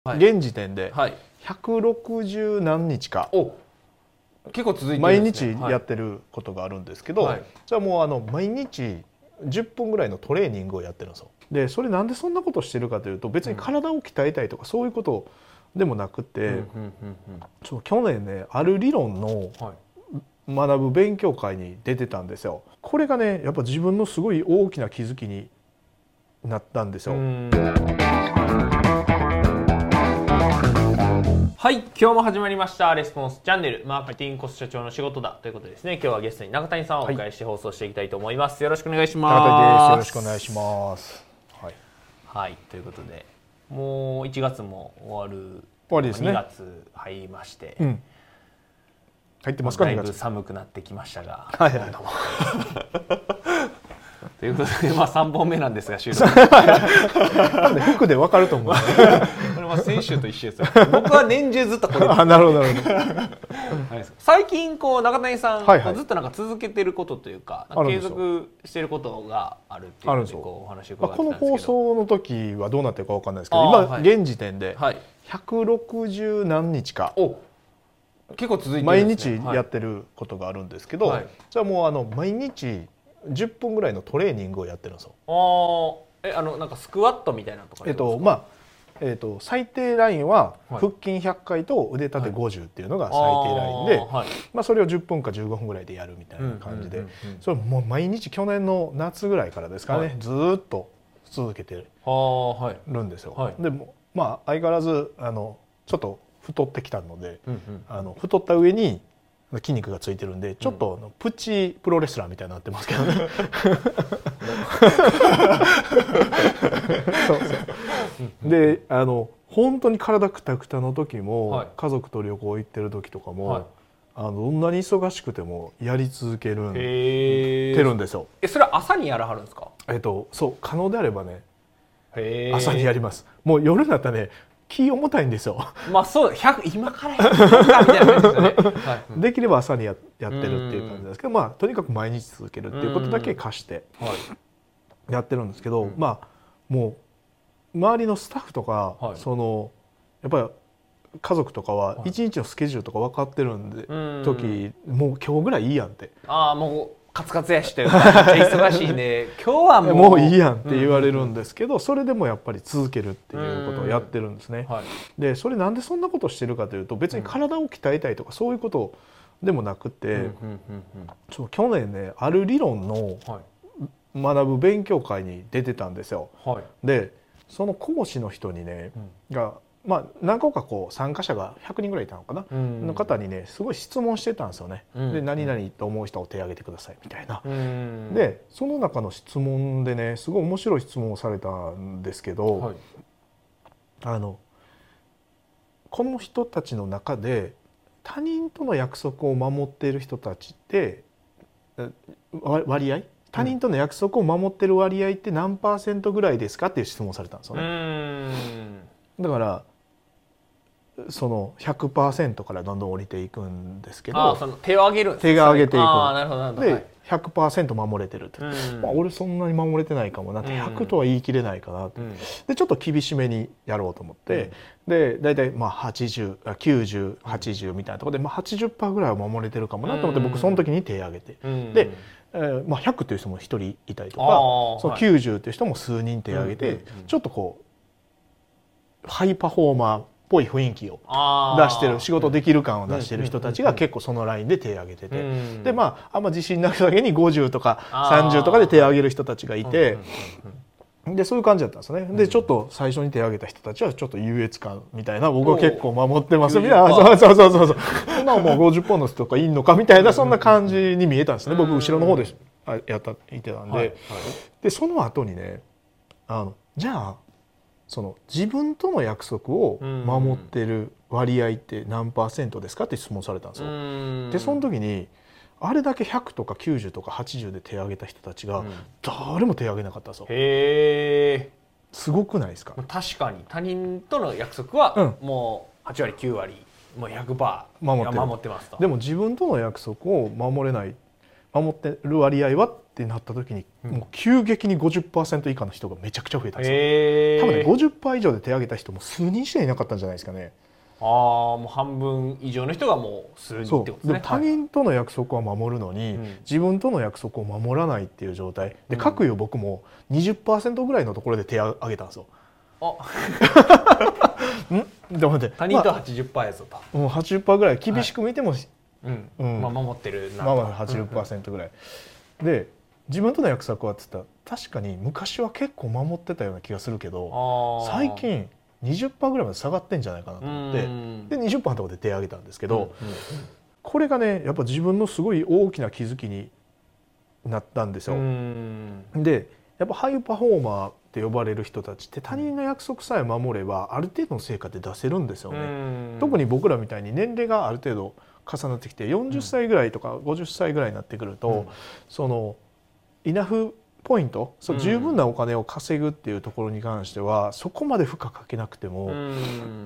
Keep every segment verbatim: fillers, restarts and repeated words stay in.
はい、現時点でひゃくろくじゅうなんにちか、はい、 結構続いてる毎んですね。 日やってることがあるんですけど、 はい、 じゃあもうあの毎日じゅっぷんぐらいのトレーニングをやってるんですよ。でそれなんでそんなことしてるかというと、別に体を鍛えたいとかそういうことでもなくて、そう去年ねある理論の学ぶ勉強会に出てたんですよ。これがねやっぱ自分のすごい大きな気づきになったんですよ。 はい、今日も始まりましたレスポンスチャンネル、マーケティングコスト社長の仕事だということですね。今日はゲストに中谷さんをお迎えして放送していきたいと思います。はい、よろしくお願いします。 中谷です。よろしくお願いします。はい、 はい、ということでもういちがつも終わる、 終わりですね。 にがつ入りまして、うん、 入ってますか。 だいぶ寒くなってきましたが、 はいはいということで、まあ、さんぼんめなんですが収録服で分かると思うこれは先週と一緒ですよ。僕は年中ずっとこれあ、なるほどなるほど最近こう中谷さん、 はいはい、 ずっとなんか続けてることというか継続してることがあるっていうのでこうお話を伺ってたんですけど、 まあ、この放送の時はどうなってるか分かんないですけど、今、はい、現時点でひゃくろくじゅうなんにちか、 お結構続いてるん毎ですね。 日やってることがあるんですけど、はい、じゃあもうあの毎日じゅっぷんぐらいのトレーニングをやってるんですよ。 あえあのなんかスクワットみたいなとかえっとまあえっと最低ラインは腹筋ひゃっかいと腕立てごじゅうっていうのが最低ラインで、はい、まあそれをじゅっぷんかじゅうごふんぐらいでやるみたいな感じで、それもう毎日去年の夏ぐらいからですかね、はい、ずっと続けてるんですよ。はい、でもまあ相変わらずあのちょっと太ってきたので、うんうん、あの太った上に筋肉がついてるんでちょっと、うん、プチプロレスラーみたいになってますけどねそうそうであの本当に体くたくたの時も、はい、家族と旅行行ってる時とかも、はい、あのどんなに忙しくてもやり続けるんてるんですよ。 えそれは朝にやらはるんですか。 えっとそう可能であればね朝にやります。もう夜になったらね気重たいんですよ。 まあそうひゃく今からやるかみたいな感じですよね。はい、 できれば朝に や, やってるっていう感じなんですけど、まあとにかく毎日続けるっていうことだけ課してやってるんですけど、まあもう周りのスタッフとか、はい、そのやっぱり家族とかは一日のスケジュールとか分かってるんで、はい、時もう今日ぐらいいいやんって。 ああもうカツカツやしてるから忙しいね今日はもうもういいやんって言われるんですけど、それでもやっぱり続けるっていうことをやってるんですね。はい、でそれなんでそんなことしてるかというと、別に体を鍛えたいとかそういうことでもなくて、そう去年ねある理論の学ぶ勉強会に出てたんですよ。はい、でその講師の人にね、うん、がまあ、何個かこう参加者がひゃくにんぐらいいたのかな、うん、の方にねすごい質問してたんですよね。うん、で何々と思う人を手を挙げてくださいみたいな。うん、でその中の質問でねすごい面白い質問をされたんですけど、はい、あのこの人たちの中で他人との約束を守っている人たちって割合他人との約束を守っている割合って何パーセントぐらいですかっていう質問をされたんですよね。うんだからその ひゃくパーセント からどんどん降りていくんですけど、 あその手を挙げるんです、 手が上げていく。 あなるほどなるほど。 で ひゃくパーセント 守れてるって、まあ、俺そんなに守れてないかもなって、ひゃくとは言い切れないかなって、でちょっと厳しめにやろうと思って、で大体まあはちじゅう、きゅうじゅう、はちじゅうみたいなところで、まあ、はちじゅっパーセント ぐらいは守れてるかもなと思って、僕その時に手を挙げて、で、えーまあ、ひゃくっていう人もひとりいたりとか、そのきゅうじゅうっていう人も数人手を挙げて、ちょっとこうハイパフォーマーっぽい雰囲気を出してる、仕事できる感を出してる人たちが結構そのラインで手を挙げてて、でまああんま自信なくだけにごじゅうとかさんじゅうとかで手を挙げる人たちがいて、でそういう感じだったんですね。でちょっと最初に手を挙げた人たちはちょっと優越感みたいな、僕は結構守ってますみたいな、そうそうそうそうそう、そんなもうごじゅっポンドとかいんのかみたいな、そんな感じに見えたんですね。僕後ろの方でやったいてたんで、はいはい、でその後にね、あのじゃあその自分との約束を守ってる割合って何パーセントですかって質問されたんですよ。でその時にあれだけひゃくとかきゅうじゅうとかはちじゅうで手を挙げた人たちが誰も手を挙げなかったんですよ。へー、すごくないですか。 確かに他人との約束はもうはちわりきゅうわりもう ひゃくパーセント 守ってますと。 でも自分との約束を守れない守ってる割合はってなった時に、うん、もう急激に ごじゅっパーセント 以下の人がめちゃくちゃ増えたんですよ。 えー、 多分ね ごじゅっパーセント 以上で手を挙げた人も数人しかいなかったんじゃないですかね。 ああ、もう半分以上の人がもう数人ってことですね。 で他人との約束は守るのに、はい、自分との約束を守らないっていう状態で、各有僕も にじゅっパーセント ぐらいのところで手を挙げたんですよ。あんでもね、 他人とは はちじゅっパーセント やぞと、 もう はちじゅっパーセント ぐらい厳しく見ても、はい、 うんうんまあ、守ってるなと、 まあまあ はちじゅっパーセント ぐらい、うんうん、で自分との約束はって言ったら確かに昔は結構守ってたような気がするけど、最近 にじゅっパーセント ぐらいまで下がってんじゃないかなと思って、で にじゅっパーセント のところで手を挙げたんですけど、うんうんうん、これがねやっぱ自分のすごい大きな気づきになったんですよ。でやっぱハイパフォーマーって呼ばれる人たちって他人の約束さえ守ればある程度の成果って出せるんですよね。特に僕らみたいに年齢がある程度重なってきてよんじゅっさいぐらいとかごじゅっさいぐらいになってくると、うん、そのイナフポイント、そう十分なお金を稼ぐっていうところに関してはそこまで負荷かけなくても、うん、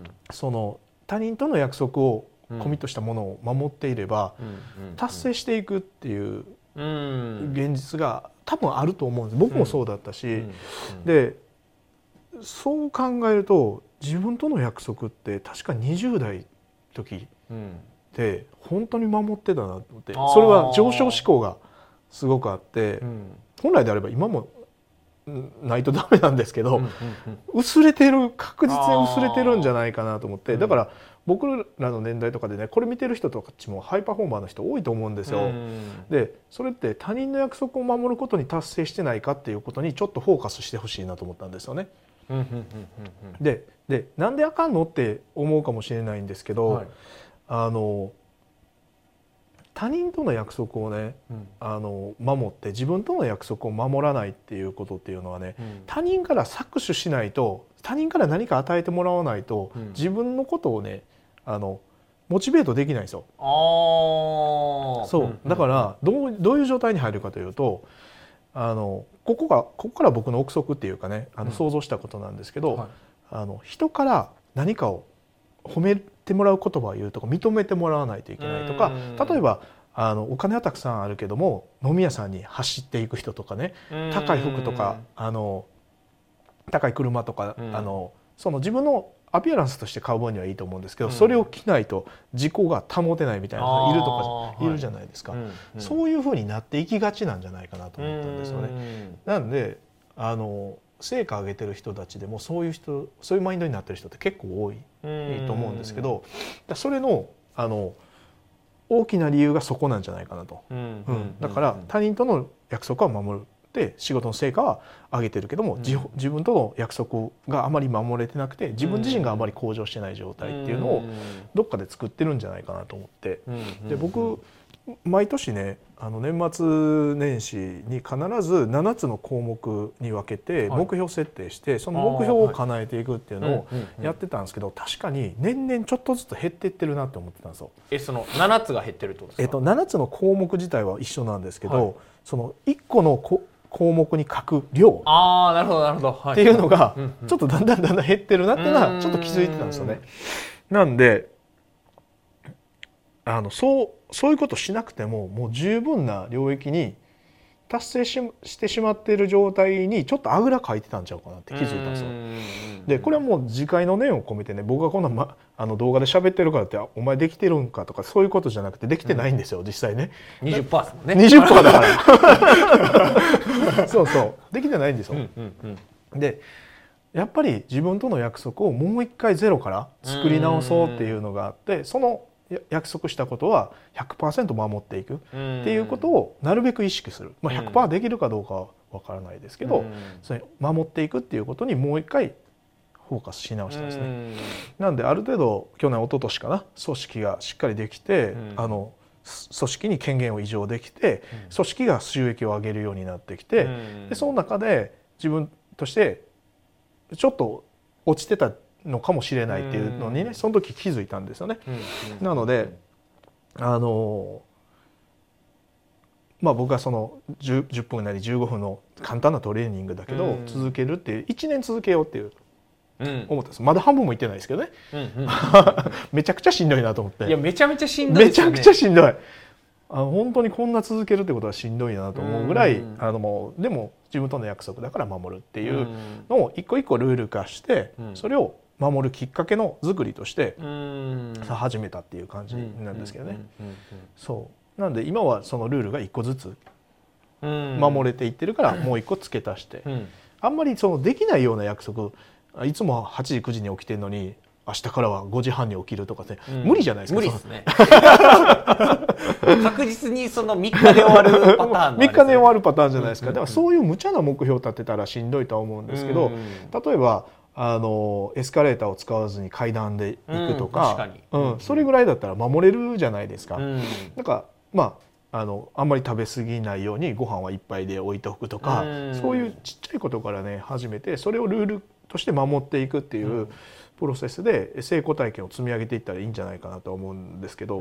その他人との約束をコミットしたものを守っていれば、うん、達成していくっていう現実が多分あると思うんです。僕もそうだったし、うんうん、でそう考えると自分との約束って確かにじゅう代の時って本当に守ってたなと思って、それは上昇志向がすごくあって、うん、本来であれば今もないとダメなんですけど、うんうんうん、薄れてる、確実に薄れてるんじゃないかなと思って、だから僕らの年代とかでねこれ見てる人とかちもハイパフォーマーの人多いと思うんですよ。でそれって他人の約束を守ることに達成してないかっていうことにちょっとフォーカスしてほしいなと思ったんですよね。ででなんであかんのって思うかもしれないんですけど、はい、あの他人との約束をね、うん、あの守って自分との約束を守らないっていうことっていうのはね、うん、他人から搾取しないと、他人から何か与えてもらわないと、うん、自分のことをねあのモチベートできないんですよ。あそうだからどう、どういう状態に入るかというと、あのここがここから僕の憶測っていうかねあの想像したことなんですけど、うんはい、あの人から何かを褒めてもらう言葉を言うとか認めてもらわないといけないとか、例えばあのお金はたくさんあるけども飲み屋さんに走っていく人とかね、高い服とかあの高い車とか、あのその自分のアピアランスとして買う分にはいいと思うんですけど、それを着ないと自己が保てないみたいな人がいるとかいるじゃないですか、はいうんうん、そういうふうになっていきがちなんじゃないかなと思ったんですよね。なんであの成果上げてる人たちでもそういう人、そういうマインドになってる人って結構多いと思うんですけど、それのあの大きな理由がそこなんじゃないかなと、うんうん、だから他人との約束は守るって仕事の成果は上げてるけども、うん、自, 自分との約束があまり守れてなくて自分自身があまり向上してない状態っていうのをどっかで作ってるんじゃないかなと思って、で僕毎年ねあの年末年始に必ずななつの項目に分けて目標設定してその目標を叶えていくっていうのをやってたんですけど、確かに年々ちょっとずつ減っていってるなって思ってたんですよ。 えそのななつが減ってるってことですか？ えっとななつの項目自体は一緒なんですけど、はい、そのいっこのこ項目に書く量あーなるほどなるほど、はい、 っていうのがちょっとだんだんだんだん減ってるなっていうのはちょっと気づいてたんですよね。なんであのそうそういうことしなくてももう十分な領域に達成 し, してしまっている状態にちょっとあぐらかいてたんちゃうかなって気づいたんですよ。でこれはもう自戒の念を込めてね、僕がこんな、ま、あの動画で喋ってるからってお前できてるんかとかそういうことじゃなくてできてないんですよ、うん、実際ねにじゅっパーセント ですもんねにじゅっパーセント だからそうそうできてないんですよ、うんうんうん、でやっぱり自分との約束をもう一回ゼロから作り直そうっていうのがあって、その約束したことは ひゃくパーセント 守っていくっていうことをなるべく意識する、まあ、ひゃくパーセント できるかどうかは分からないですけど、それ守っていくっていうことにもう一回フォーカスし直したんですね。なんである程度去年一昨年かな組織がしっかりできて、あの組織に権限を移譲できて組織が収益を上げるようになってきて、でその中で自分としてちょっと落ちてたのかもしれないっていうのにね、その時気づいたんですよね。なのであのまあ僕はその 10, じゅっぷんなりじゅうごふんの簡単なトレーニングだけど続けるっていういちねん続けようっていう思ったんです。まだ半分もいってないですけどね、うんうん、めちゃくちゃしんどいなと思って。 いやめちゃめちゃしんどいですよね。 めちゃくちゃしんどい。 あの本当にこんな続けるってことはしんどいなと思うぐらい、あのもうでも自分との約束だから守るっていうのを一個一個ルール化して、それを守るきっかけの作りとして始めたっていう感じなんですけどね。そうなんで今はそのルールが一個ずつ守れていってるからもう一個付け足して、あんまりそのできないような約束、いつもはちじくじに起きてるのに明日からはごじはんに起きるとかね、うん、無理じゃないですか。 無理ですね確実にそのみっかで終わるパターン、ね、 みっかで終わるパターンじゃないですか。だからそういう無茶な目標を立てたらしんどいとは思うんですけど、例えばあのエスカレーターを使わずに階段で行くとか、うん、うん、それぐらいだったら守れるじゃないですか。うん、なんかまああのあんまり食べ過ぎないようにご飯は一杯で置いておくとか、うん、そういうちっちゃいことからね始めて、それをルールとして守っていくっていう、うん、プロセスで成功体験を積み上げていったらいいんじゃないかなと思うんですけど、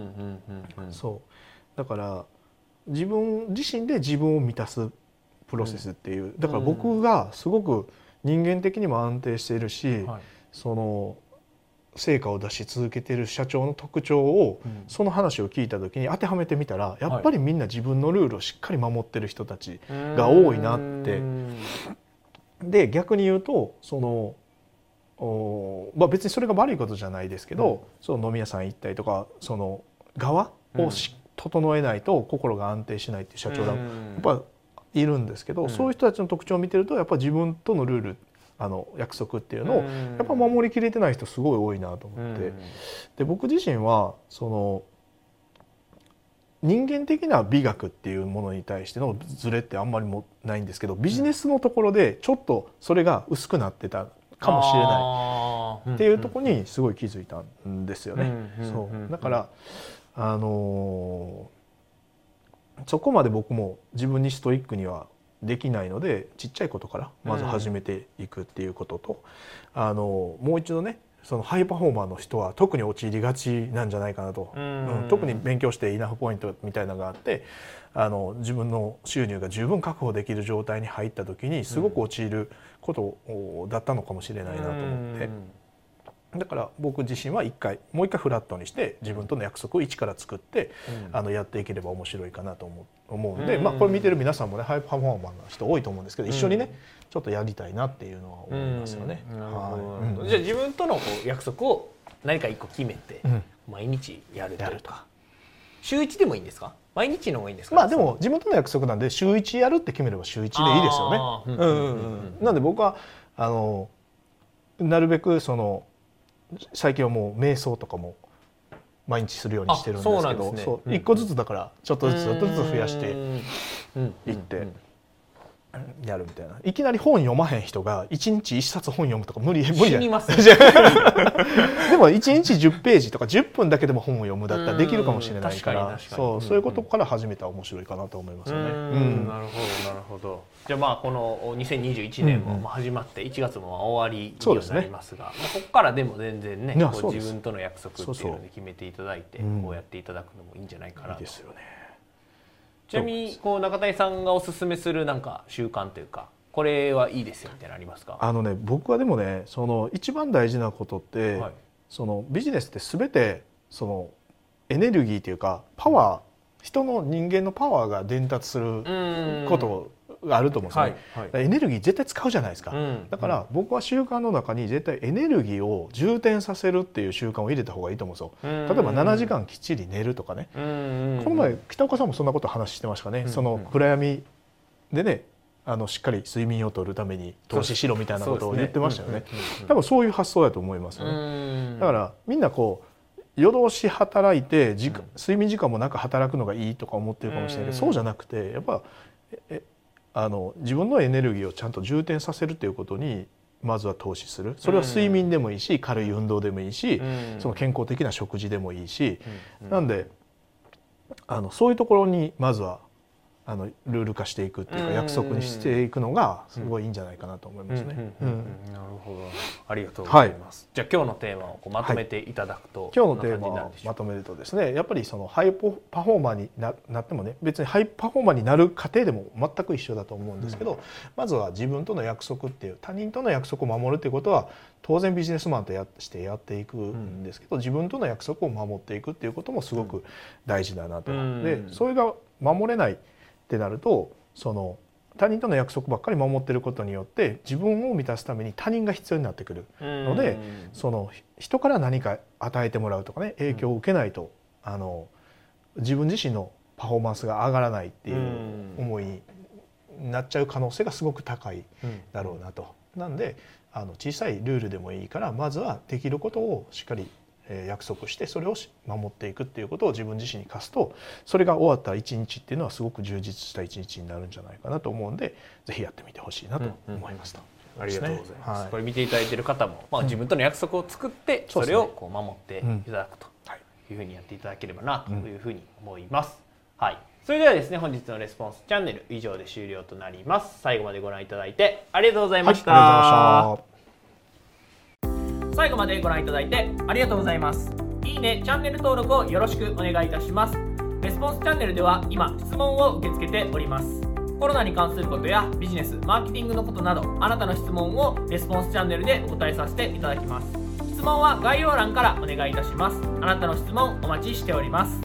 そうだから自分自身で自分を満たすプロセスっていう、だから僕がすごく人間的にも安定しているし、うん、その成果を出し続けている社長の特徴を、うん、その話を聞いた時に当てはめてみたら、やっぱりみんな自分のルールをしっかり守ってる人たちが多いなって。で逆に言うとそのまあ、別にそれが悪いことじゃないですけど、うん、その飲み屋さん行ったりとかその側をし、うん、整えないと心が安定しないっていう社長がやっぱいるんですけど、うん、そういう人たちの特徴を見てるとやっぱ自分とのルールあの約束っていうのをやっぱ守りきれてない人すごい多いなと思って、うん、で僕自身はその人間的な美学っていうものに対してのズレってあんまりもないんですけど、ビジネスのところでちょっとそれが薄くなってたかもしれないっていうところにすごい気づいたんですよね。そうだからあのー、そこまで僕も自分にストイックにはできないので、ちっちゃいことからまず始めていくっていうことと、あのー、もう一度ねそのハイパフォーマーの人は特に陥りがちなんじゃないかなと、うん、特に勉強してイナフポイントみたいなのがあって、あの自分の収入が十分確保できる状態に入った時にすごく陥ることだったのかもしれないなと思って、うん、だから僕自身は一回もう一回フラットにして自分との約束を一から作って、うん、あのやっていければ面白いかなと思う、思うんで、うん、まあ、これ見てる皆さんもねハイパフォーマーの人多いと思うんですけど、一緒にね、うん、ちょっとやりたいなっていうのは思いますよね。 じゃあ自分とのこう約束を何か一個決めて毎日やるとか、週一でもいいんですか？毎日の方がいいんですか？ まあでも自分との約束なんで週一やるって決めれば週一でいいですよね。なんで僕はあのなるべくその最近はもう瞑想とかも毎日するようにしてるんですけど、そうなんですね。そう一個ずつだからちょっとずつちょっとずつ増やしていってやるみたいな。いきなり本読まへん人がいちにちいっさつ本読むとか無理無理じゃない。でもいちにちじゅっページとかじゅっぷんだけでも本を読むだったらできるかもしれないから、そうそういうことから始めたら面白いかなと思いますよね。うん、 なるほどなるほど。じゃあまあこのにせんにじゅういちねんも始まっていちがつも終わりになりますが、ここからでも全然ねこう自分との約束っていうので決めていただいてこうやっていただくのもいいんじゃないかなと。いいですよね。ちなみにこう中谷さんがおすすめするなんか習慣というかこれはいいですよみたいなのありますか？ あのね僕はでもねその一番大事なことって、はい、そのビジネスって全てそのエネルギーというかパワー、人の人間のパワーが伝達することがあると思うんですよね。はいはい、エネルギー絶対使うじゃないですか。うん、だから僕は習慣の中に絶対エネルギーを充填させるっていう習慣を入れた方がいいと思うんですよ。例えばななじかんきっちり寝るとかね。この前北岡さんもそんなこと話してましたかね。その暗闇でねあのしっかり睡眠をとるために投資しろみたいなことを言ってましたよね。多分そういう発想だと思いますよね。だからみんなこう夜通し働いて時間睡眠時間もなく働くのがいいとか思ってるかもしれないけど、そうじゃなくてやっぱえあの自分のエネルギーをちゃんと充填させるということにまずは投資する。それは睡眠でもいいし軽い運動でもいいし、その健康的な食事でもいいし、なんであのそういうところにまずはあのルール化していくっていうか約束にしていくのがすごいいいんじゃないかなと思いますね。 なるほど、ありがとうございます。はい、じゃあ今日のテーマをこうまとめていただくと、 はい、今日のテーマをまとめるとですね、やっぱりそのハイパフォーマーに な, なってもね別にハイパフォーマーになる過程でも全く一緒だと思うんですけど、うん、まずは自分との約束っていう他人との約束を守るっていうことは当然ビジネスマンとやしてやっていくんですけど、うん、自分との約束を守っていくっていうこともすごく大事だなと。うん、でそれが守れないってなるとその他人との約束ばっかり守っていることによって自分を満たすために他人が必要になってくるので、その人から何か与えてもらうとかね影響を受けないと、うん、あの自分自身のパフォーマンスが上がらないっていう思いになっちゃう可能性がすごく高いだろうなと。なんであの小さいルールでもいいからまずはできることをしっかり約束してそれを守っていくっていうことを自分自身に課すと、それが終わった一日っていうのはすごく充実した一日になるんじゃないかなと思うんで、ぜひやってみてほしいなと思いました。 ありがとうございます。はい、これ見ていただいている方も、まあ、自分との約束を作ってそれをこう守っていただくというふうにやっていただければなというふうに思います。はい、それではですね、本日のレスポンスチャンネル以上で終了となります。最後までご覧いただいてありがとうございました。はい、ありがとうございました。最後までご覧いただいてありがとうございます。いいね、チャンネル登録をよろしくお願いいたします。レスポンスチャンネルでは今質問を受け付けております。コロナに関することやビジネス、マーケティングのことなどあなたの質問をレスポンスチャンネルでお答えさせていただきます。質問は概要欄からお願いいたします。あなたの質問お待ちしております。